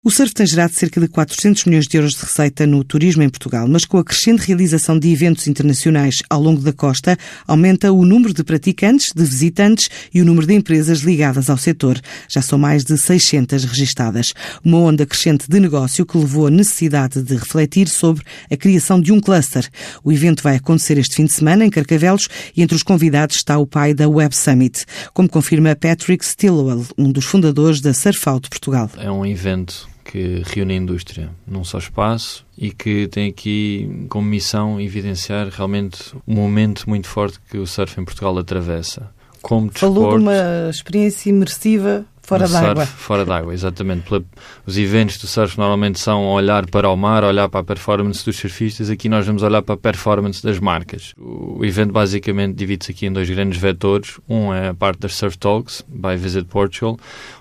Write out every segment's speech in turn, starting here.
O surf tem gerado cerca de 400 milhões de euros de receita no turismo em Portugal, mas com a crescente realização de eventos internacionais ao longo da costa, aumenta o número de praticantes, de visitantes e o número de empresas ligadas ao setor. Já são mais de 600 registadas. Uma onda crescente de negócio que levou à necessidade de refletir sobre a criação de um cluster. O evento vai acontecer este fim de semana em Carcavelos e entre os convidados está o pai da Web Summit, como confirma Patrick Stillwell, um dos fundadores da Surf Out Portugal. É um evento que reúne a indústria num só espaço e que tem aqui como missão evidenciar realmente um momento muito forte que o surf em Portugal atravessa. Como desporto, falou de uma experiência imersiva fora d'água. Fora d'água, exatamente. Os eventos do surf normalmente são olhar para o mar, olhar para a performance dos surfistas. Aqui nós vamos olhar para a performance das marcas. O evento basicamente divide-se aqui em dois grandes vetores. Um é a parte das Surf Talks, by Visit Portugal,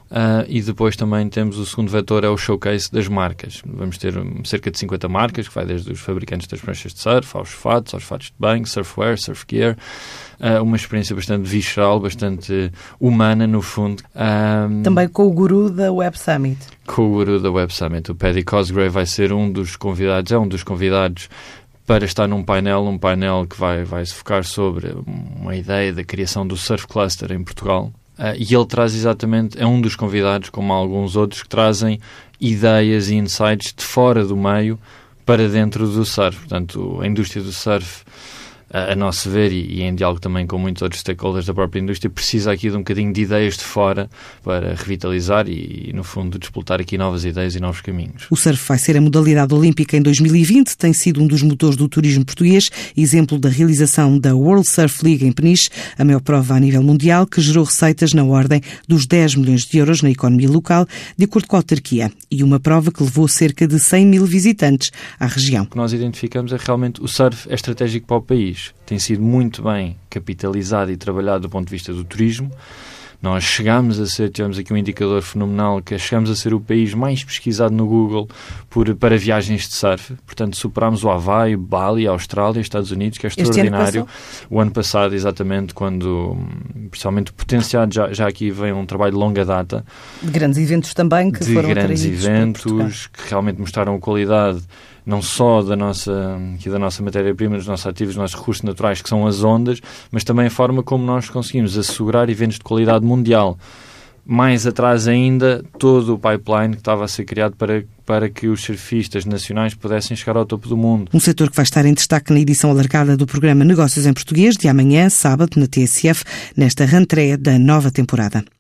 e depois também temos o segundo vetor, é o showcase das marcas. Vamos ter cerca de 50 marcas, que vai desde os fabricantes das pranchas de surf, aos fatos de banho, surfwear, surf gear. Uma experiência bastante visceral, bastante humana, no fundo. Também com o guru da Web Summit. Com o guru da Web Summit. O Paddy Cosgrave vai ser um dos convidados para estar num painel que vai se focar sobre uma ideia da criação do Surf Cluster em Portugal. E ele traz é um dos convidados, como alguns outros, que trazem ideias e insights de fora do meio para dentro do surf. Portanto, a indústria do surf, a nosso ver, e em diálogo também com muitos outros stakeholders da própria indústria, precisa aqui de um bocadinho de ideias de fora para revitalizar e, no fundo, despoltar aqui novas ideias e novos caminhos. O surf vai ser a modalidade olímpica em 2020, tem sido um dos motores do turismo português, exemplo da realização da World Surf League em Peniche, a maior prova a nível mundial, que gerou receitas na ordem dos 10 milhões de euros na economia local, de acordo com a autarquia, e uma prova que levou cerca de 100 mil visitantes à região. O que nós identificamos é realmente o surf é estratégico para o país. Tem sido muito bem capitalizado e trabalhado do ponto de vista do turismo. Nós tivemos aqui um indicador fenomenal, que chegamos a ser o país mais pesquisado no Google para viagens de surf. Portanto, superámos o Havaí, Bali, a Austrália, Estados Unidos, que é extraordinário. O ano passado, exatamente, quando, principalmente potenciado, já aqui vem um trabalho de longa data. De grandes eventos também, que foram atraídos por Portugal. De grandes eventos que realmente mostraram a qualidade não só da nossa matéria-prima, dos nossos ativos, dos nossos recursos naturais, que são as ondas, mas também a forma como nós conseguimos assegurar eventos de qualidade mundial. Mais atrás ainda, todo o pipeline que estava a ser criado para que os surfistas nacionais pudessem chegar ao topo do mundo. Um setor que vai estar em destaque na edição alargada do programa Negócios em Português, de amanhã, sábado, na TSF, nesta rentrée da nova temporada.